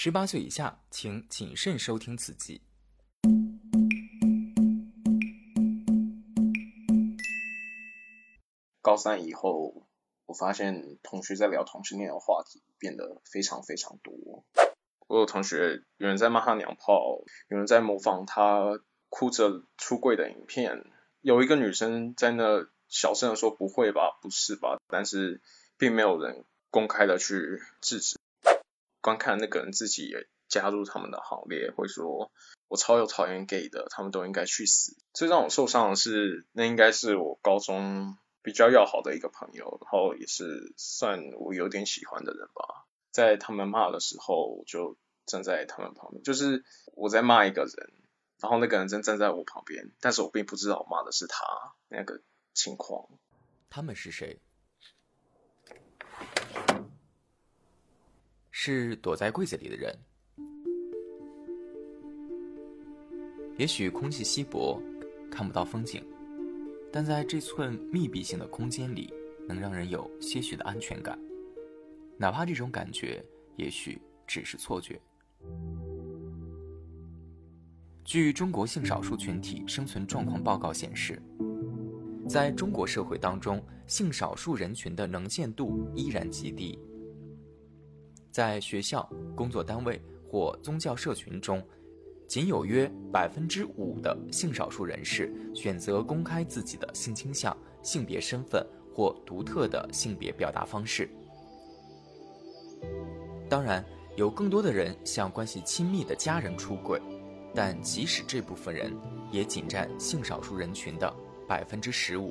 18岁以下请谨慎收听此集。 高三以后，我发现同学在聊同性恋的话题变得非常非常多。我有同学，有人在骂他娘炮，有人在模仿他哭着出柜的影片，有一个女生在那小声的说不会吧，不是吧，但是并没有人公开的去制止。观看那个人自己也加入他们的行列，会说我超有讨厌 gay 的，他们都应该去死。最让我受伤的是，那应该是我高中比较要好的一个朋友，然后也是算我有点喜欢的人吧。在他们骂的时候，我就站在他们旁边，就是我在骂一个人，然后那个人正站在我旁边，但是我并不知道我骂的是他那个情况。 他们是谁？是躲在柜子里的人。也许空气稀薄，看不到风景，但在这寸密闭性的空间里，能让人有些许的安全感，哪怕这种感觉也许只是错觉。据中国性少数群体生存状况报告显示，在中国社会当中，性少数人群的能见度依然极低。在学校、工作单位或宗教社群中，仅有约5%的性少数人士选择公开自己的性倾向、性别身份或独特的性别表达方式。当然，有更多的人向关系亲密的家人出轨，但即使这部分人，也仅占性少数人群的15%。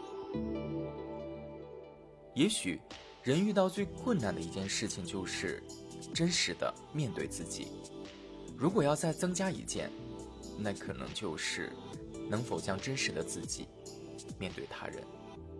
也许，人遇到最困难的一件事情就是真实的面对自己。如果要再增加一件，那可能就是能否将真实的自己面对他人。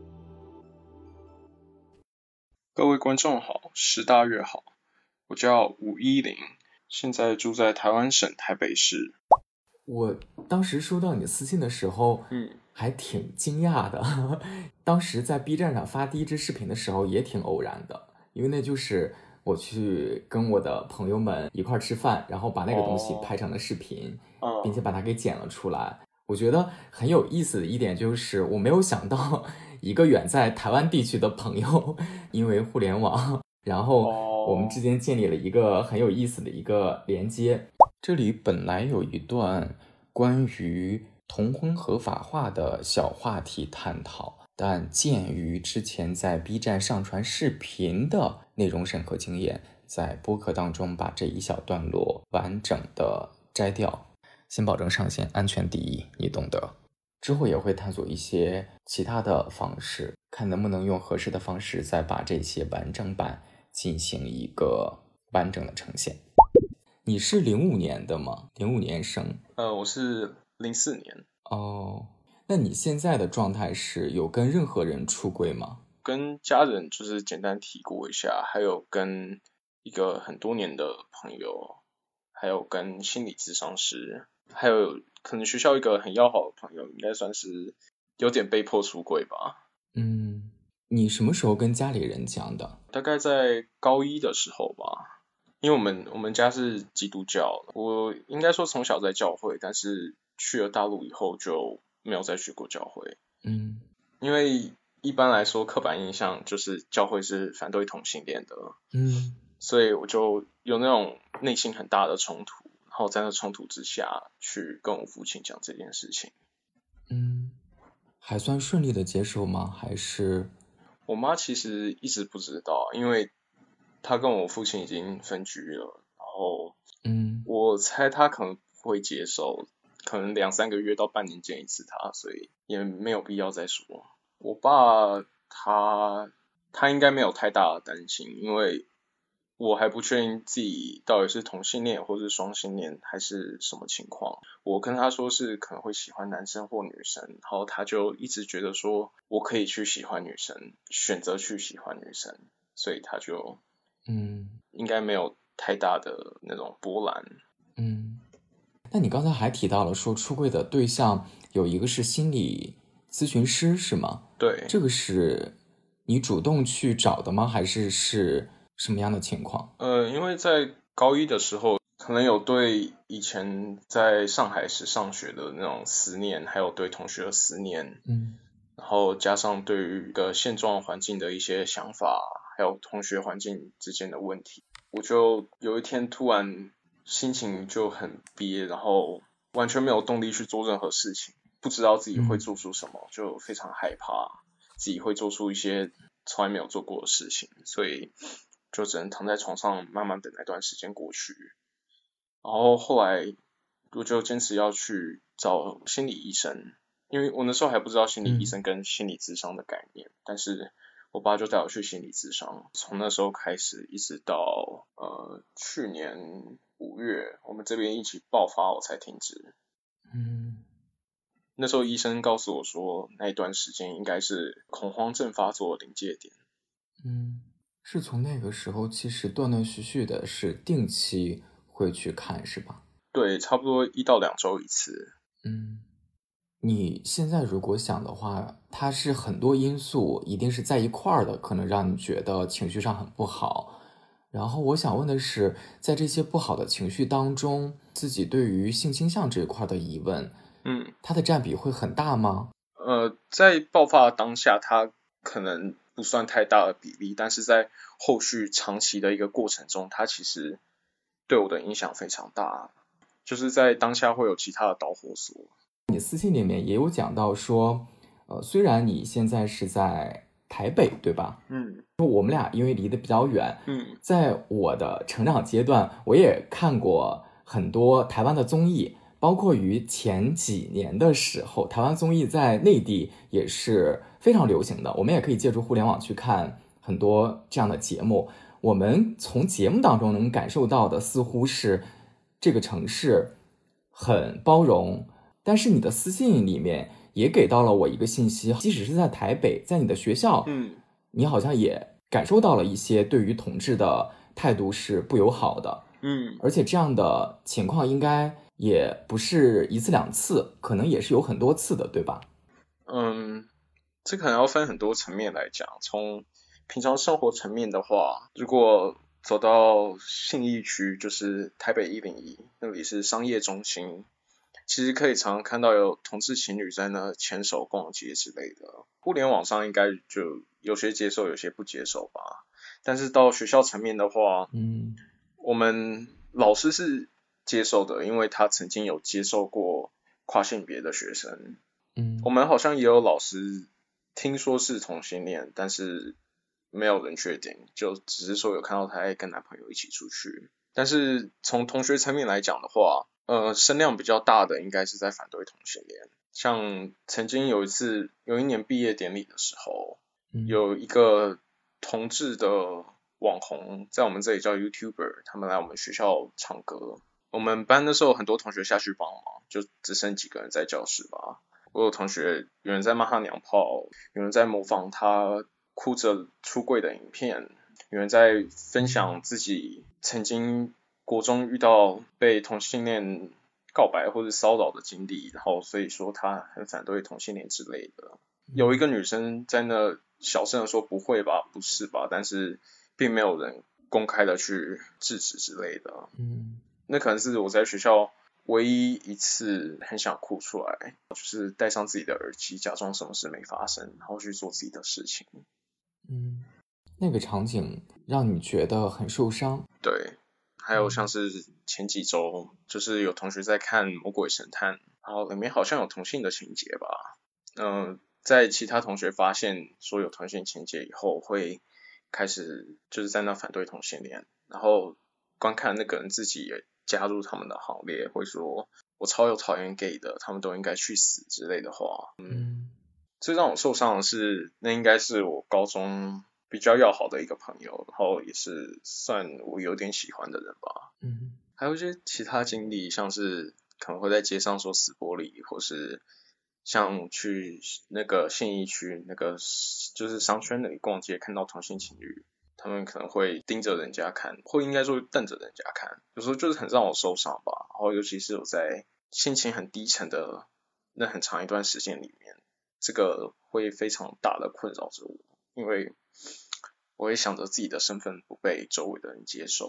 各位观众好，时大月好，我叫510，现在住在台湾省台北市。 我当时收到你的私信的时候，还挺惊讶的。当时在 B 站上发第一支视频的时候也挺偶然的，因为那就是我去跟我的朋友们一块吃饭，然后把那个东西拍成了视频，并且把它给剪了出来。我觉得很有意思的一点就是我没有想到一个远在台湾地区的朋友因为互联网，然后我们之间建立了一个很有意思的一个连接。这里本来有一段关于同婚合法化的小话题探讨，但鉴于之前在 B 站上传视频的内容审核经验，在播客当中把这一小段落完整的摘掉，先保证上线，安全第一，你懂得。之后也会探索一些其他的方式，看能不能用合适的方式再把这些完整版进行一个完整的呈现。你是05年的吗？05年生？ 我是04年。 哦，那你现在的状态是有跟任何人出柜吗？ 跟家人就是简单提过一下，还有跟一个很多年的朋友，还有跟心理咨商师，还有可能学校一个很要好的朋友，应该算是有点被迫出柜吧。 你什么时候跟家里人讲的？ 大概在高一的时候吧。因为我们家是基督教，我应该说从小在教会，但是去了大陆以后就没有再去过教会。因为一般来说刻板印象就是教会是反对同性恋的。所以我就有那种内心很大的冲突，然后在那冲突之下去跟我父亲讲这件事情。 还算顺利的接受吗？还是？ 我妈其实一直不知道，因为她跟我父亲已经分居了，然后我猜她可能不会接受，可能2-3个月到半年见一次她，所以也没有必要再说。我爸他应该没有太大的担心，因为我还不确定自己到底是同性恋或是双性恋还是什么情况。我跟他说是可能会喜欢男生或女生，然后他就一直觉得说我可以去喜欢女生，选择去喜欢女生，所以他就应该没有太大的那种波澜。 那你刚才还提到了说出柜的对象有一个是心理咨询师是吗？ 对， 这个是你主动去找的吗？还是什么样的情况？ 因为在高一的时候，可能有对以前在上海时上学的那种思念，还有对同学的思念，然后加上对于一个现状环境的一些想法，还有同学环境之间的问题，我就有一天突然心情就很憋，然后完全没有动力去做任何事情，不知道自己会做出什么，就非常害怕自己会做出一些从来没有做过的事情，所以就只能躺在床上慢慢等那段时间过去。然后后来我就坚持要去找心理医生，因为我那时候还不知道心理医生跟心理咨商的概念，但是我爸就带我去心理咨商，从那时候开始一直到去年5月我们这边疫情爆发我才停止。那时候医生告诉我说，那一段时间应该是恐慌症发作的临界点。 是从那个时候其实断断续续的是定期会去看是吧？ 对，差不多1到2周一次。 你现在如果想的话，它是很多因素一定是在一块儿的，可能让你觉得情绪上很不好。然后我想问的是，在这些不好的情绪当中，自己对于性倾向这一块的疑问，它的占比会很大吗？ 在爆发当下，它可能不算太大的比例，但是在后续长期的一个过程中，它其实对我的影响非常大，就是在当下会有其他的导火索。 你私信里面也有讲到说，虽然你现在是在台北，对吧？我们俩因为离得比较远，在我的成长阶段，我也看过很多台湾的综艺，包括于前几年的时候，台湾综艺在内地也是非常流行的，我们也可以借助互联网去看很多这样的节目。我们从节目当中能感受到的似乎是这个城市很包容，但是你的私信里面也给到了我一个信息，即使是在台北，在你的学校，你好像也感受到了一些对于同志的态度是不友好的，而且这样的情况应该也不是1次2次，可能也是有很多次的，对吧？ 这可能要分很多层面来讲，从平常生活层面的话，如果走到信义区，就是台北101，那里是商业中心，其实可以常常看到有同志情侣在那牵手逛街之类的。互联网上应该就有些接受，有些不接受吧。但是到学校层面的话，我们老师是接受的，因为他曾经有接受过跨性别的学生。我们好像也有老师听说是同性恋，但是没有人确定，就只是说有看到他在跟男朋友一起出去。但是从同学层面来讲的话，声量比较大的应该是在反对同性恋。像曾经有一年毕业典礼的时候，有一个同志的网红，在我们这里叫 YouTuber， 他们来我们学校唱歌。我们班那时候很多同学下去帮忙，就只剩几个人在教室吧。我有同学，有人在骂他娘炮，有人在模仿他哭着出柜的影片，有人在分享自己曾经国中遇到被同性恋告白或者骚扰的经历，然后所以说他很反对同性恋之类的。有一个女生在那小声的说不会吧，不是吧，但是并没有人公开的去制止之类的。那可能是我在学校唯一一次很想哭出来，就是戴上自己的耳机，假装什么事没发生，然后去做自己的事情。 那个场景让你觉得很受伤。 对，还有像是前几周，就是有同学在看《魔鬼神探》，然后里面好像有同性的情节吧。在其他同学发现说有同性情节以后，会开始就是在那反对同性恋，然后观看那个人自己也加入他们的行列，会说我超有讨厌 gay 的，他们都应该去死之类的话。最让我受伤的是，那应该是我高中比较要好的一个朋友，然后也是算我有点喜欢的人吧。还有一些其他经历，像是可能会在街上说死玻璃，或是像去那个信义区那个就是商圈那里逛街，看到同性情侣，他们可能会盯着人家看，或应该说瞪着人家看，有时候就是很让我受伤吧。然后尤其是我在心情很低沉的那很长一段时间里面，这个会非常大的困扰着我，因为我会想着自己的身份不被周围的人接受，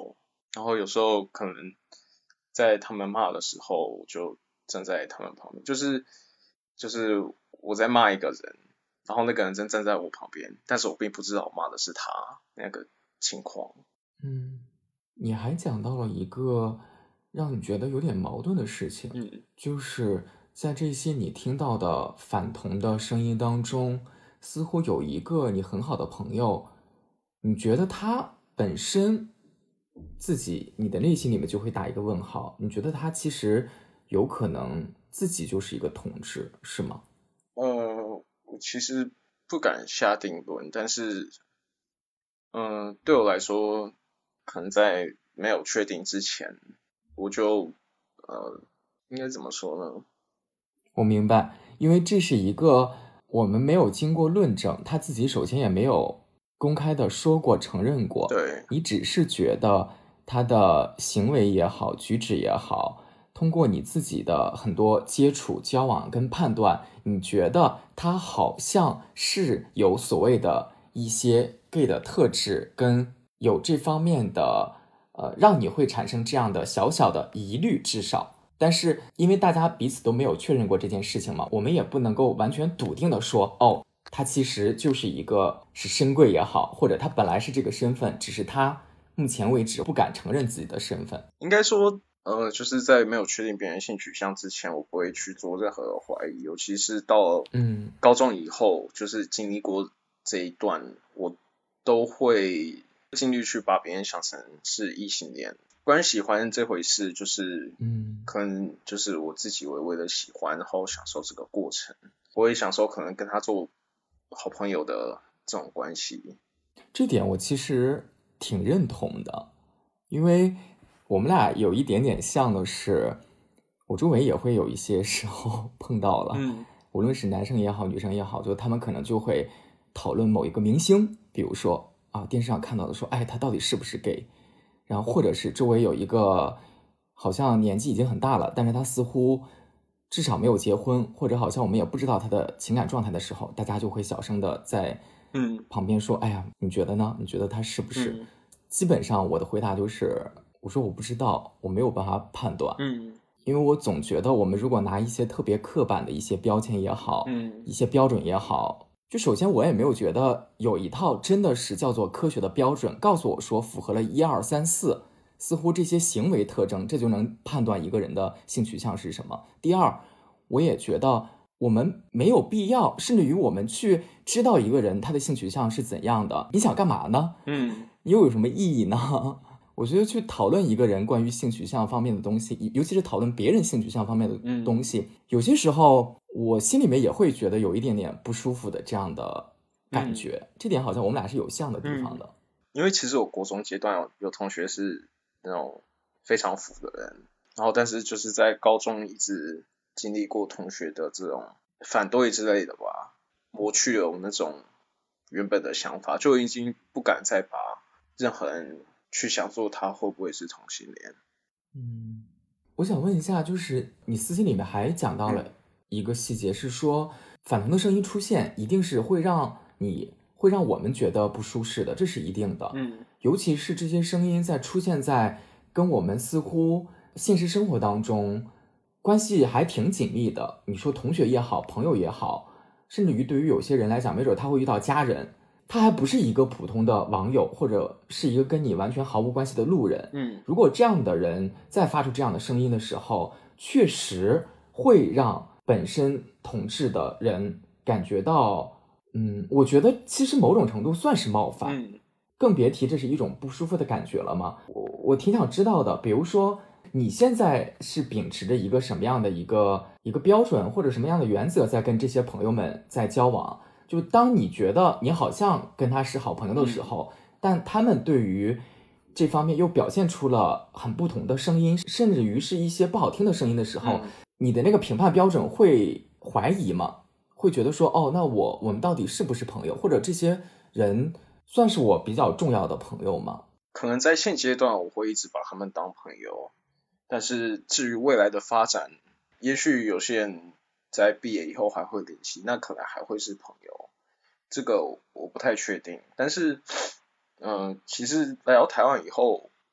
然后有时候可能在他们骂的时候，我就站在他们旁边，就是我在骂一个人，然后那个人正站在我旁边，但是我并不知道我骂的是他那个情况。 你还讲到了一个让你觉得有点矛盾的事情，就是在这些你听到的反同的声音当中，似乎有一个你很好的朋友，你觉得他本身自己，你的内心里面就会打一个问号，你觉得他其实有可能自己就是一个同志，是吗？ 我其实不敢下定论，但是对我来说，可能在没有确定之前，我就应该怎么说呢？ 我明白，因为这是一个我们没有经过论证，他自己首先也没有公开的说过、承认过。 对， 你只是觉得他的行为也好、举止也好，通过你自己的很多接触、交往跟判断，你觉得他好像是有所谓的一些 gay 的特质，跟有这方面的让你会产生这样的小小的疑虑，至少。但是因为大家彼此都没有确认过这件事情嘛，我们也不能够完全笃定的说，哦，他其实就是一个是深柜也好，或者他本来是这个身份，只是他目前为止不敢承认自己的身份。 应该说，就是在没有确定别人性取向之前，我不会去做任何的怀疑，尤其是到高中以后，就是经历过这一段，我都会尽力去把别人想成是异性恋。关于喜欢这回事，就是可能就是我自己微微的喜欢，然后享受这个过程，我也享受可能跟他做好朋友的这种关系。 这点我其实挺认同的，因为我们俩有一点点像的是，我周围也会有一些时候碰到了，无论是男生也好，女生也好，就他们可能就会讨论某一个明星，比如说啊，电视上看到的说，哎，他到底是不是 gay？然后或者是周围有一个好像年纪已经很大了，但是他似乎至少没有结婚，或者好像我们也不知道他的情感状态的时候，大家就会小声的在旁边说，哎呀，你觉得呢？你觉得他是不是？基本上我的回答就是，我说我不知道，我没有办法判断。因为我总觉得我们如果拿一些特别刻板的一些标签也好，一些标准也好，就首先我也没有觉得有一套真的是叫做科学的标准告诉我说符合了1、2、3、4，似乎这些行为特征这就能判断一个人的性取向是什么。第二，我也觉得我们没有必要，甚至于我们去知道一个人他的性取向是怎样的，你想干嘛呢？你又有什么意义呢？我觉得去讨论一个人关于性取向方面的东西，尤其是讨论别人性取向方面的东西，有些时候我心里面也会觉得有一点点不舒服的这样的感觉。这点好像我们俩是有像的地方的。 因为其实我国中阶段有同学是那种非常腐的人，然后但是就是在高中一直经历过同学的这种反对之类的吧，磨去了我那种原本的想法，就已经不敢再把任何人去想说他会不会是同性恋。 我想问一下，就是你私信里面还讲到了一个细节，是说反同的声音出现一定是会让我们觉得不舒适的，这是一定的。尤其是这些声音在出现在跟我们似乎现实生活当中关系还挺紧密的，你说同学也好，朋友也好，甚至于对于有些人来讲，没准他会遇到家人，他还不是一个普通的网友，或者是一个跟你完全毫无关系的路人。如果这样的人再发出这样的声音的时候，确实会让本身同志的人感觉到，我觉得其实某种程度算是冒犯，更别提这是一种不舒服的感觉了嘛。我挺想知道的，比如说你现在是秉持着一个什么样的一个标准，或者什么样的原则在跟这些朋友们在交往？就当你觉得你好像跟他是好朋友的时候，但他们对于这方面又表现出了很不同的声音，甚至于是一些不好听的声音的时候，你的那个评判标准会怀疑吗？会觉得说，哦，那我们到底是不是朋友？或者这些人算是我比较重要的朋友吗？ 可能在现阶段我会一直把他们当朋友，但是至于未来的发展，也许有些人在毕业以后还会联系，那可能还会是朋友，这个我不太确定。但是其实来到台湾以后，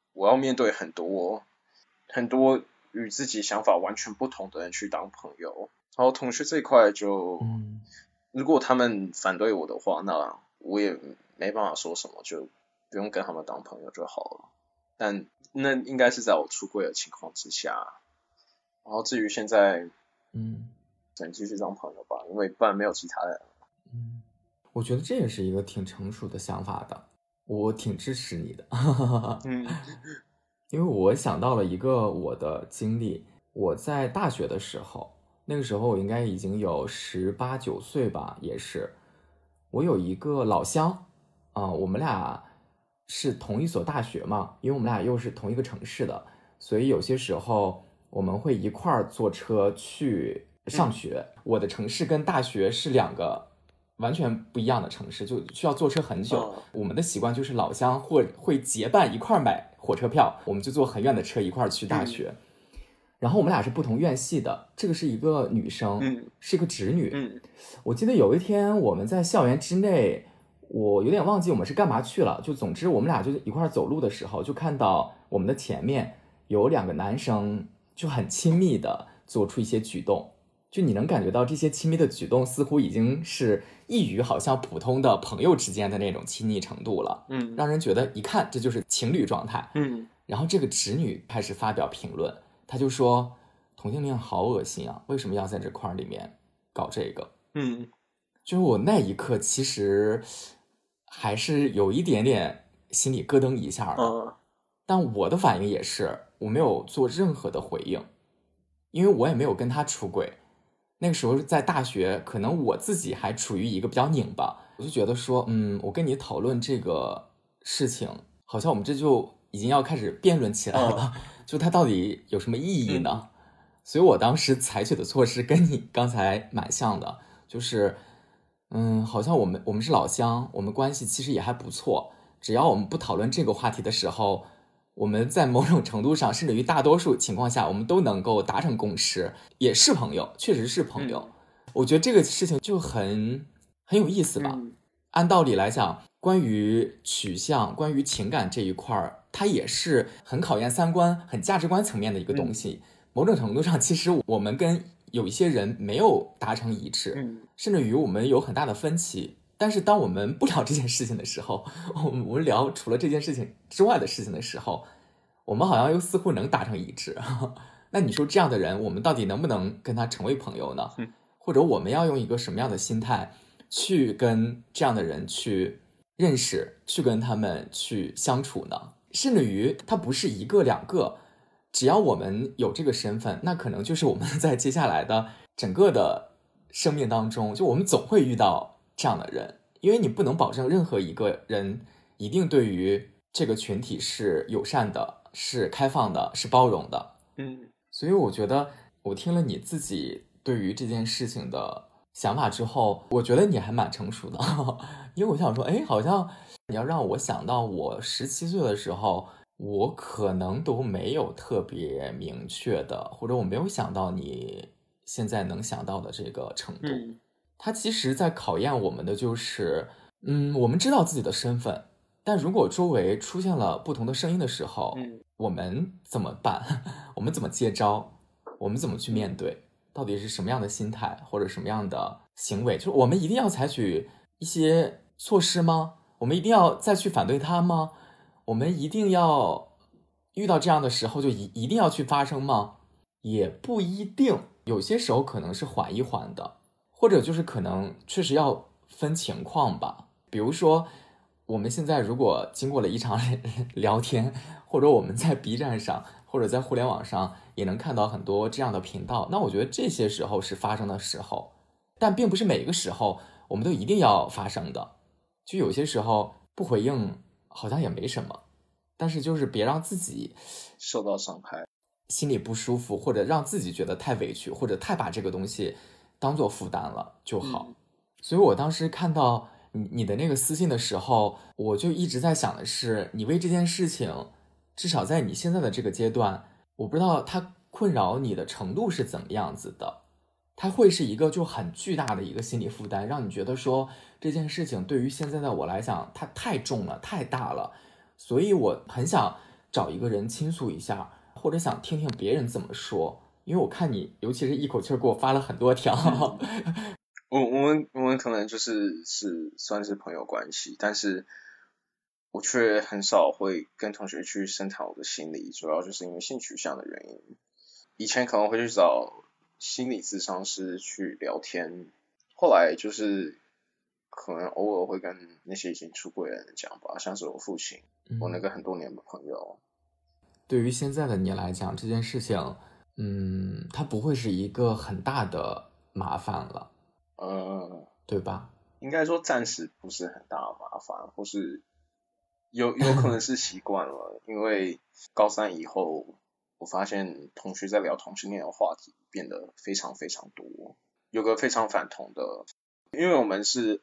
我要面对很多与自己想法完全不同的人去当朋友。然后同学这一块就，如果他们反对我的话，那我也没办法说什么，就不用跟他们当朋友就好了。但那应该是在我出柜的情况之下。然后至于现在，只能继续当朋友吧，因为不然没有其他人。 我觉得这也是一个挺成熟的想法的，我挺支持你的。因为我想到了一个我的经历，我在大学的时候，那个时候我应该已经有18、19岁吧，也是。我有一个老乡我们俩是同一所大学嘛，因为我们俩又是同一个城市的，所以有些时候我们会一块儿坐车去上学。我的城市跟大学是2个完全不一样的城市，就需要坐车很久。我们的习惯就是老乡会结伴一块儿买火车票，我们就坐很远的车一块儿去大学。然后我们俩是不同院系的，这个是一个女生，是一个直女。我记得有一天我们在校园之内，我有点忘记我们是干嘛去了，就总之我们俩就一块儿走路的时候，就看到我们的前面有2个男生就很亲密的做出一些举动，就你能感觉到这些亲密的举动似乎已经是异于好像普通的朋友之间的那种亲密程度了，让人觉得一看这就是情侣状态。然后这个直女开始发表评论，她就说同性恋好恶心啊，为什么要在这块里面搞这个？就是我那一刻其实还是有一点点心里咯噔一下的，但我的反应也是我没有做任何的回应，因为我也没有跟他出轨。那个时候在大学，可能我自己还处于一个比较拧巴，我就觉得说，我跟你讨论这个事情，好像我们这就已经要开始辩论起来了，就它到底有什么意义呢？所以我当时采取的措施跟你刚才蛮像的，就是好像我们是老乡，我们关系其实也还不错，只要我们不讨论这个话题的时候，我们在某种程度上，甚至于大多数情况下，我们都能够达成共识，也是朋友，确实是朋友。我觉得这个事情就很有意思吧。按道理来讲，关于取向、关于情感这一块，它也是很考验三观、很价值观层面的一个东西。某种程度上，其实我们跟有一些人没有达成一致，甚至于我们有很大的分歧。但是当我们不聊这件事情的时候，我们聊除了这件事情之外的事情的时候，我们好像又似乎能达成一致。那你说这样的人，我们到底能不能跟他成为朋友呢？或者我们要用一个什么样的心态去跟这样的人去认识，去跟他们去相处呢？甚至于他不是1个2个，只要我们有这个身份，那可能就是我们在接下来的整个的生命当中，就我们总会遇到这样的人，因为你不能保证任何一个人一定对于这个群体是友善的，是开放的，是包容的。所以我觉得我听了你自己对于这件事情的想法之后，我觉得你还蛮成熟的。因为我想说，好像你要让我想到我17岁的时候，我可能都没有特别明确的，或者我没有想到你现在能想到的这个程度。它其实在考验我们的就是，我们知道自己的身份，但如果周围出现了不同的声音的时候，我们怎么办？我们怎么接招？我们怎么去面对？到底是什么样的心态或者什么样的行为？就是我们一定要采取一些措施吗？我们一定要再去反对他吗？我们一定要遇到这样的时候就一定要去发声吗？也不一定，有些时候可能是缓一缓的，或者就是可能确实要分情况吧。比如说我们现在如果经过了一场聊天，或者我们在 B 站上或者在互联网上也能看到很多这样的频道，那我觉得这些时候是发生的时候，但并不是每个时候我们都一定要发生的。就有些时候不回应好像也没什么，但是就是别让自己受到伤害， 心里不舒服，或者让自己觉得太委屈，或者太把这个东西当做负担了就好。所以我当时看到你的那个私信的时候，我就一直在想的是，你为这件事情，至少在你现在的这个阶段，我不知道它困扰你的程度是怎么样子的。它会是一个就很巨大的一个心理负担，让你觉得说这件事情对于现在的我来讲，它太重了，太大了，所以我很想找一个人倾诉一下，或者想听听别人怎么说。因为我看你，尤其是一口气给我发了很多条。 我们可能就是算是朋友关系，但是我却很少会跟同学去深谈我的心理，主要就是因为性取向的原因。以前可能会去找心理咨商师去聊天，后来就是可能偶尔会跟那些已经出柜的人讲吧，像是我父亲，我那个很多年的朋友。 对于现在的你来讲，这件事情，它不会是一个很大的麻烦了，对吧？ 应该说暂时不是很大的麻烦，或是有可能是习惯了，因为高三以后，我发现同学在聊同性恋的话题变得非常非常多。有个非常反同的，因为我们是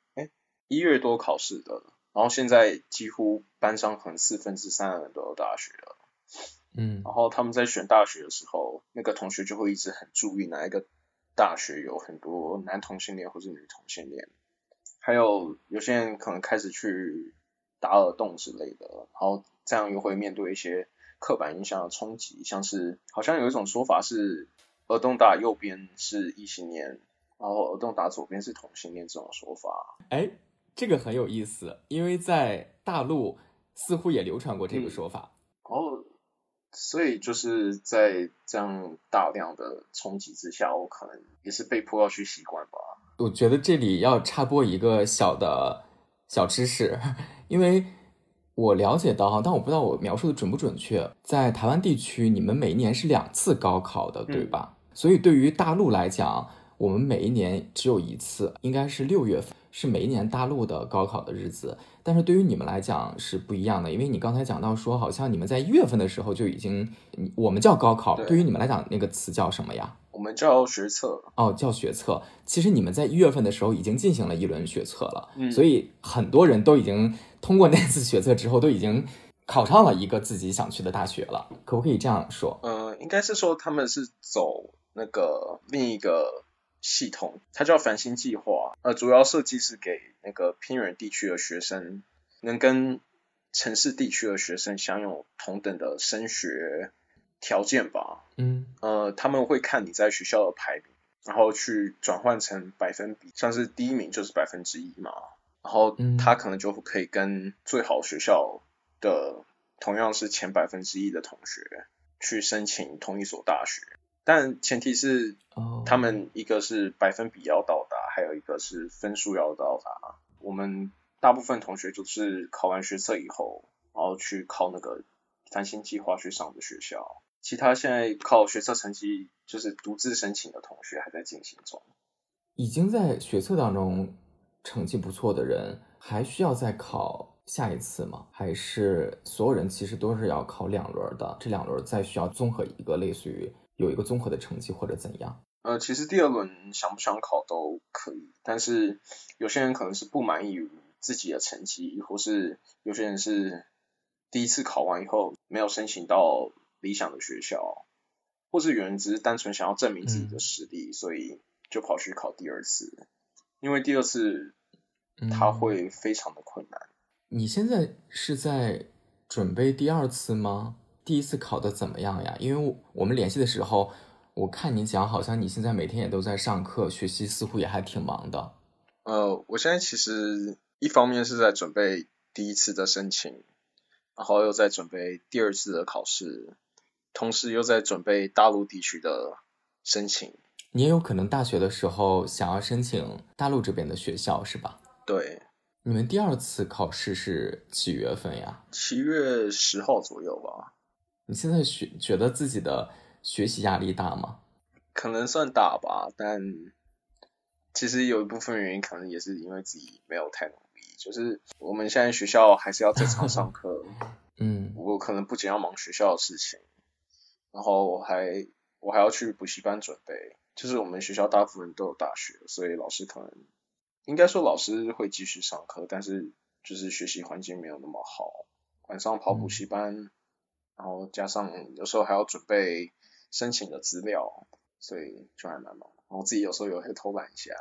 1月多考试的，然后现在几乎班上可能3/4的人都有大学了。然后他们在选大学的时候，那个同学就会一直很注意哪一个大学有很多男同性恋或是女同性恋，还有些人可能开始去打耳洞之类的，然后这样又会面对一些刻板印象的冲击，像是好像有一种说法是耳洞打右边是异性恋，然后耳洞打左边是同性恋这种说法。 这个很有意思，因为在大陆似乎也流传过这个说法。 所以就是在这样大量的冲击之下，我可能也是被迫要去习惯吧。 我觉得这里要插播一个小知识，因为我了解到，但我不知道我描述的准不准确，在台湾地区你们每一年是2次高考的，对吧？所以对于大陆来讲，我们每一年只有1次，应该是6月份，是每一年大陆的高考的日子。但是对于你们来讲是不一样的，因为你刚才讲到说，好像你们在1月份的时候就已经，我们叫高考，对于你们来讲那个词叫什么呀？ 我们叫学测。 叫学测。其实你们在1月份的时候已经进行了一轮学测了，所以很多人都已经通过那次学测之后，都已经考上了一个自己想去的大学了，可不可以这样说？ 应该是说他们是走那个另一个系统，它叫繁星计划，主要设计是给那个偏远地区的学生能跟城市地区的学生享有同等的升学条件吧。他们会看你在学校的排名，然后去转换成百分比，像是第1名就是1%嘛，然后他可能就可以跟最好学校的同样是前1%的同学去申请同一所大学，但前提是他们一个是百分比要到达，还有一个是分数要到达。我们大部分同学就是考完学测以后，然后去考那个繁星计划去上的学校。其他现在靠学测成绩就是独自申请的同学还在进行中。 已经在学测当中成绩不错的人还需要再考下一次吗？还是所有人其实都是要考2轮的，这2轮再需要综合一个类似于有一个综合的成绩或者怎样？ 其实第2轮想不想考都可以，但是有些人可能是不满意于自己的成绩，或是有些人是第1次考完以后没有申请到理想的学校，或是有人只是单纯想要证明自己的实力，所以就跑去考第2次，因为第2次它会非常的困难。 你现在是在准备第2次吗？第1次考的怎么样呀？因为我们联系的时候，我看你讲好像你现在每天也都在上课，学习似乎也还挺忙的。 我现在其实一方面是在准备第1次的申请，然后又在准备第2次的考试，同时又在准备大陆地区的申请。 你也有可能大学的时候想要申请大陆这边的学校是吧？ 对。 你们第2次考试是几月份呀 ？7月10号左右吧。 你现在觉得自己的学习压力大吗？ 可能算大吧，但其实有一部分原因可能也是因为自己没有太努力，就是我们现在学校还是要正常上课我可能不仅要忙学校的事情，然后我还要去补习班准备，就是我们学校大部分人都有大学，所以老师可能应该说老师会继续上课，但是就是学习环境没有那么好，晚上跑补习班，然后加上有时候还要准备申请的资料，所以就还蛮忙。我自己有时候也会偷懒一下。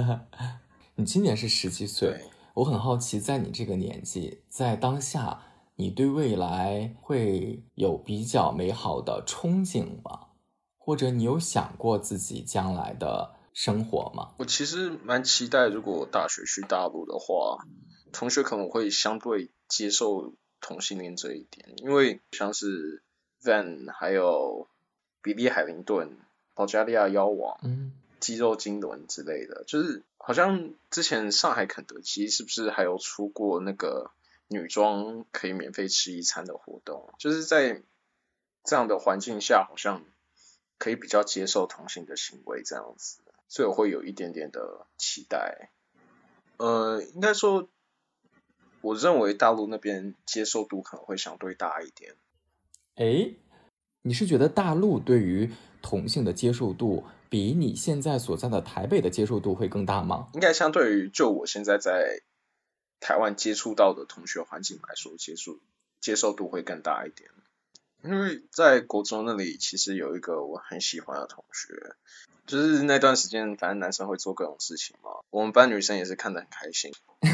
你今年是17岁，我很好奇，在你这个年纪，在当下， 你对未来会有比较美好的憧憬吗？或者你有想过自己将来的生活吗？ 我其实蛮期待，如果我大学去大陆的话，同学可能会相对接受同性恋这一点，因为像是 Van 还有比利海灵顿、保加利亚妖王、肌肉金轮之类的，就是好像之前上海肯德基是不是还有出过那个女装可以免费吃一餐的活动，就是在这样的环境下，好像可以比较接受同性的行为这样子，所以我会有一点点的期待。应该说，我认为大陆那边接受度可能会相对大一点。 你是觉得大陆对于同性的接受度比你现在所在的台北的接受度会更大吗？ 应该相对于就我现在在台湾接触到的同学环境来说，接受度会更大一点。因为在国中那里其实有一个我很喜欢的同学，就是那段时间反正男生会做各种事情嘛，我们班女生也是看得很开心。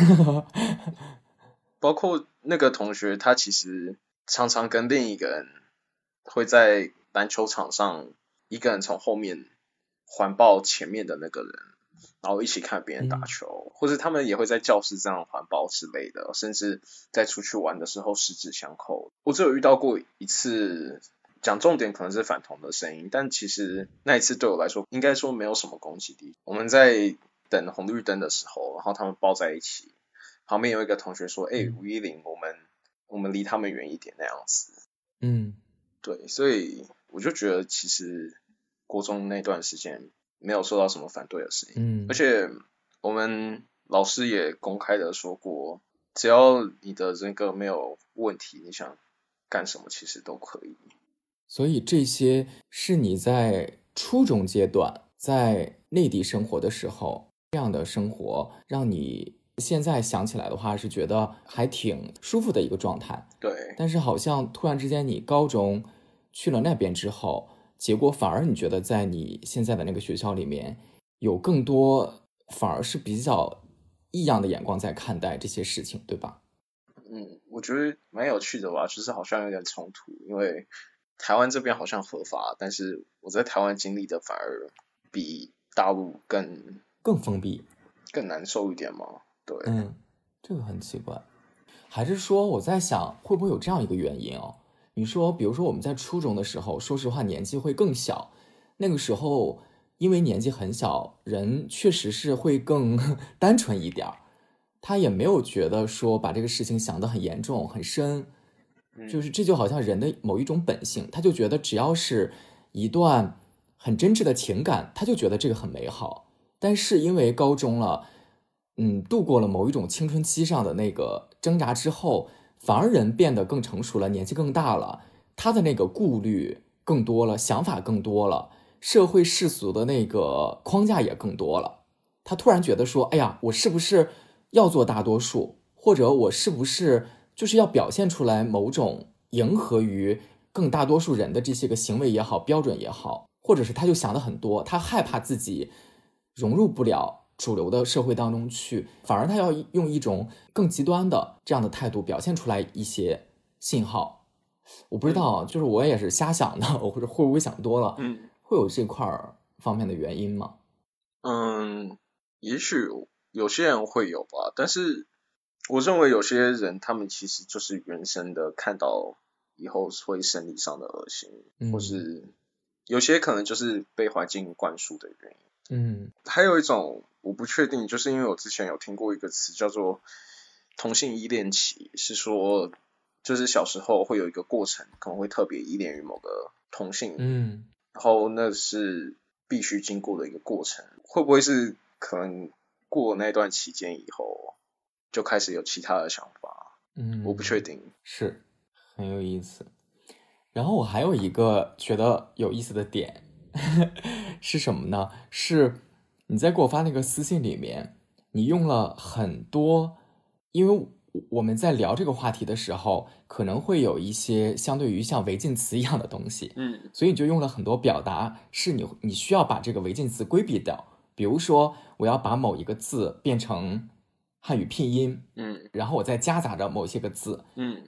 包括那个同学他其实常常跟另一个人会在篮球场上，一个人从后面环抱前面的那个人，然后一起看别人打球，或者他们也会在教室这样环抱之类的，甚至在出去玩的时候十指相扣。我只有遇到过一次，讲重点可能是反同的声音，但其实那一次对我来说应该说没有什么攻击力。我们在等红绿灯的时候，然后他们抱在一起，旁边有一个同学说510我们离他们远一点那样子。对，所以我就觉得其实国中那段时间没有受到什么反对的声音，而且我们老师也公开的说过，只要你的人格没有问题，你想干什么其实都可以。 所以这些是你在初中阶段在内地生活的时候，这样的生活让你现在想起来的话是觉得还挺舒服的一个状态。 对， 但是好像突然之间你高中去了那边之后，结果反而你觉得在你现在的那个学校里面有更多反而是比较异样的眼光在看待这些事情，对吧？ 我觉得蛮有趣的吧，就是好像有点冲突，因为台湾这边好像合法，但是我在台湾经历的反而比大陆更封闭、 更难受一点嘛。对， 这个很奇怪。还是说我在想会不会有这样一个原因哦？你说比如说我们在初中的时候，说实话年纪会更小，那个时候因为年纪很小，人确实是会更单纯一点，他也没有觉得说把这个事情想得很严重很深，就是这就好像人的某一种本性，他就觉得只要是一段很真挚的情感，他就觉得这个很美好。但是因为高中了，度过了某一种青春期上的那个挣扎之后，反而人变得更成熟了，年纪更大了，他的那个顾虑更多了，想法更多了，社会世俗的那个框架也更多了。他突然觉得说，哎呀，我是不是要做大多数，或者我是不是就是要表现出来某种迎合于更大多数人的这些个行为也好，标准也好，或者是他就想的很多，他害怕自己融入不了主流的社会当中去，反而他要用一种更极端的这样的态度表现出来一些信号。我不知道，就是我也是瞎想的，或者会不会想多了，会有这块方面的原因吗？ 也许有些人会有吧，但是我认为有些人他们其实就是原生的，看到以后会生理上的恶心，或是有些可能就是被环境灌输的原因。还有一种我不确定，就是因为我之前有听过一个词叫做同性依恋期，是说就是小时候会有一个过程，可能会特别依恋于某个同性，然后那是必须经过的一个过程，会不会是可能过那段期间以后就开始有其他的想法？我不确定。 是很有意思。然后我还有一个觉得有意思的点是什么呢？是你在给我发那个私信里面，你用了很多，因为我们在聊这个话题的时候，可能会有一些相对于像违禁词一样的东西，所以你就用了很多表达，是你需要把这个违禁词规避掉。比如说，我要把某一个字变成汉语拼音，然后我再夹杂着某些个字，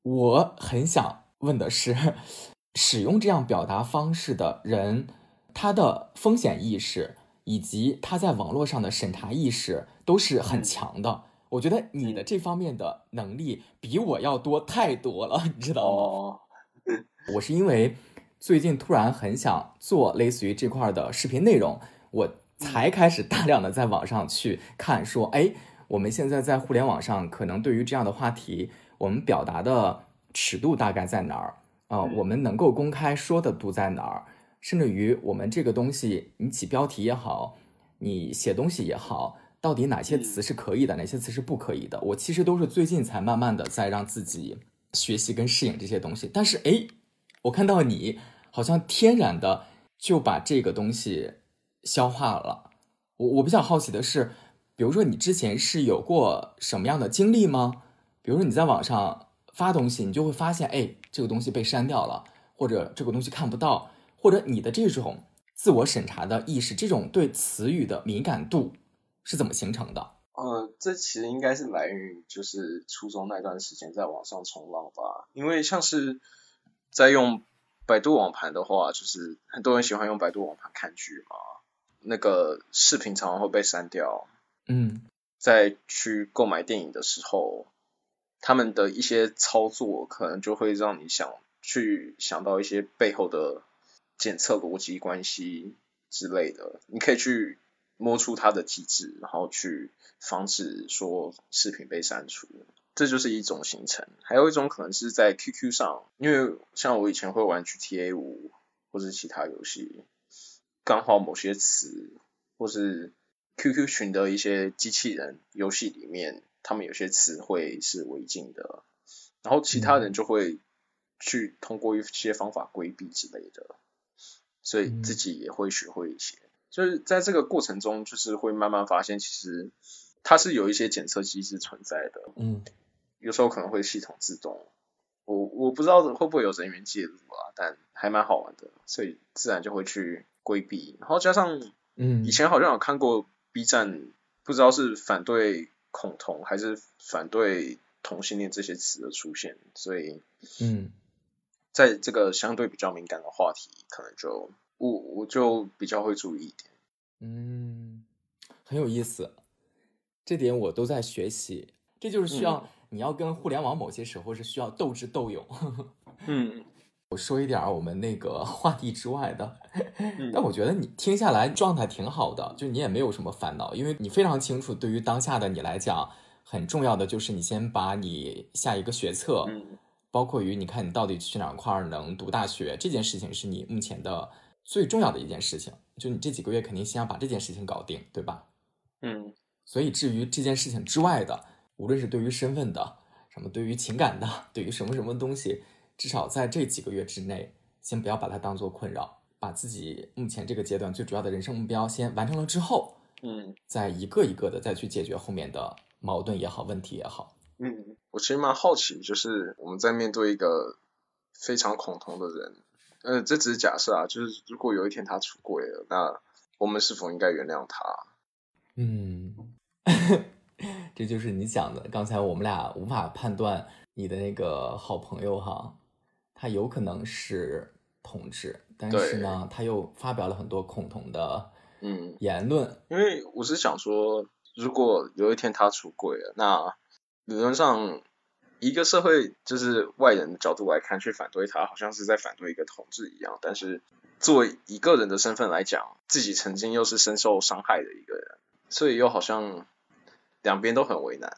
我很想问的是，使用这样表达方式的人，他的风险意识以及他在网络上的审查意识都是很强的。我觉得你的这方面的能力比我要多太多了，你知道吗？我是因为最近突然很想做类似于这块的视频内容，我才开始大量的在网上去看说，我们现在在互联网上可能对于这样的话题，我们表达的尺度大概在哪儿我们能够公开说的度在哪儿，甚至于我们这个东西你起标题也好，你写东西也好，到底哪些词是可以的，哪些词是不可以的，我其实都是最近才慢慢的在让自己学习跟适应这些东西。但是我看到你好像天然的就把这个东西消化了。我比较好奇的是，比如说你之前是有过什么样的经历吗？比如说你在网上发东西，你就会发现这个东西被删掉了，或者这个东西看不到，或者你的这种自我审查的意识，这种对词语的敏感度是怎么形成的？ 这其实应该是来源于就是初中那段时间在网上冲浪吧，因为像是在用百度网盘的话，就是很多人喜欢用百度网盘看剧嘛，那个视频常常会被删掉。在去购买电影的时候，他们的一些操作可能就会让你想到一些背后的检测逻辑关系之类的，你可以去摸出它的机制，然后去防止说视频被删除，这就是一种形成。还有一种可能是在 QQ 上，因为像我以前会玩 GTA 5或是其他游戏，刚好某些词或是 QQ 群的一些机器人游戏里面，他们有些词汇是违禁的，然后其他人就会去通过一些方法规避之类的，所以自己也会学会一些。就是在这个过程中，就是会慢慢发现，其实它是有一些检测机制存在的。有时候可能会系统自动，我不知道会不会有人员介入啊，但还蛮好玩的，所以自然就会去规避。然后加上，以前好像有看过 B 站，不知道是反对恐同还是反对同性恋这些词的出现，所以，在这个相对比较敏感的话题，可能就我就比较会注意一点。 很有意思，这点我都在学习。这就是需要你要跟互联网某些时候是需要斗智斗勇。我说一点我们那个话题之外的，但我觉得你听下来状态挺好的，就你也没有什么烦恼，因为你非常清楚，对于当下的你来讲，很重要的就是你先把你下一个学测，包括于你看你到底去哪块能读大学，这件事情是你目前的最重要的一件事情，就你这几个月肯定先要把这件事情搞定，对吧？所以至于这件事情之外的，无论是对于身份的，什么对于情感的，对于什么什么东西，至少在这几个月之内，先不要把它当作困扰，把自己目前这个阶段最主要的人生目标先完成了之后，再一个一个的再去解决后面的矛盾也好，问题也好。 我其实蛮好奇，就是我们在面对一个非常恐同的人，这只是假设啊，就是如果有一天他出柜了，那我们是否应该原谅他？ 这就是你讲的，刚才我们俩无法判断你的那个好朋友哈，他有可能是同志，但是呢，他又发表了很多恐同的言论。 因为我是想说，如果有一天他出柜了，那理论上一个社会就是外人的角度来看，去反对他，好像是在反对一个同志一样。但是作为一个人的身份来讲，自己曾经又是深受伤害的一个人，所以又好像两边都很为难。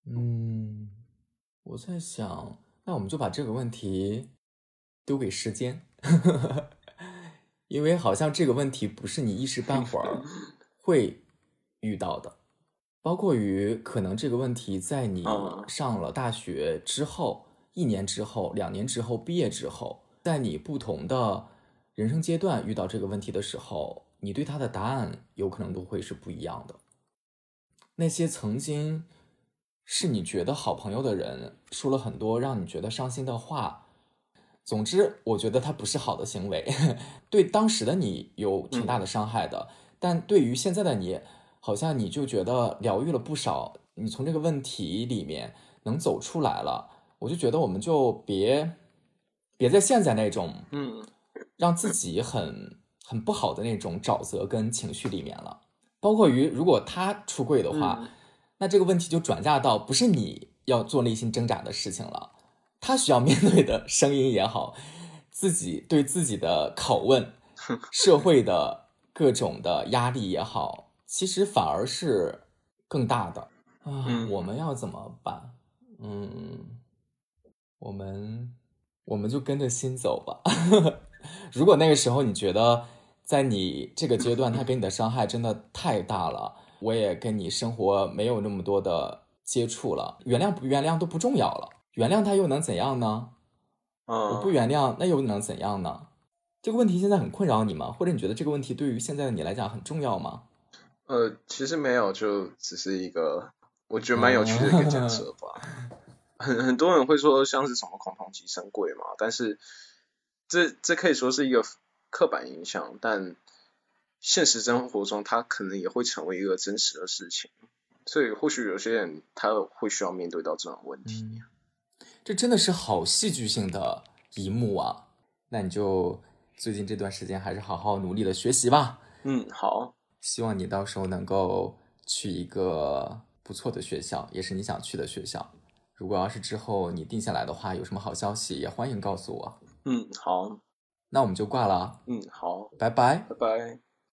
我在想，那我们就把这个问题丢给时间，因为好像这个问题不是你一时半会儿会遇到的，包括于可能这个问题在你上了大学之后，1年之后、2年之后、毕业之后，在你不同的人生阶段遇到这个问题的时候，你对他的答案有可能都会是不一样的。那些曾经是你觉得好朋友的人说了很多让你觉得伤心的话，总之我觉得它不是好的行为，对当时的你有挺大的伤害的，但对于现在的你，好像你就觉得疗愈了不少，你从这个问题里面能走出来了， 我就觉得我们就别在现在那种让自己很不好的那种沼泽跟情绪里面了。包括于如果他出柜的话，那这个问题就转嫁到不是你要做内心挣扎的事情了，他需要面对的声音也好，自己对自己的拷问，社会的各种的压力也好，其实反而是更大的啊。我们要怎么办？我们就跟着心走吧。如果那个时候你觉得在你这个阶段他给你的伤害真的太大了，我也跟你生活没有那么多的接触了，原谅不原谅都不重要了，原谅他又能怎样呢？我不原谅那又能怎样呢？这个问题现在很困扰你吗？或者你觉得这个问题对于现在的你来讲很重要吗？ 其实没有，就只是一个我觉得蛮有趣的一个假设吧。很多人会说像是什么孔同即生贵嘛，但是这可以说是一个刻板印象，但现实生活中它可能也会成为一个真实的事情，所以或许有些人他会需要面对到这种问题。 这真的是好戏剧性的一幕啊！那你就最近这段时间还是好好努力的学习吧。 好， 希望你到时候能够去一个不错的学校，也是你想去的学校。如果要是之后你定下来的话，有什么好消息也欢迎告诉我。 好， 那我们就挂了。 好， 拜拜， 拜拜。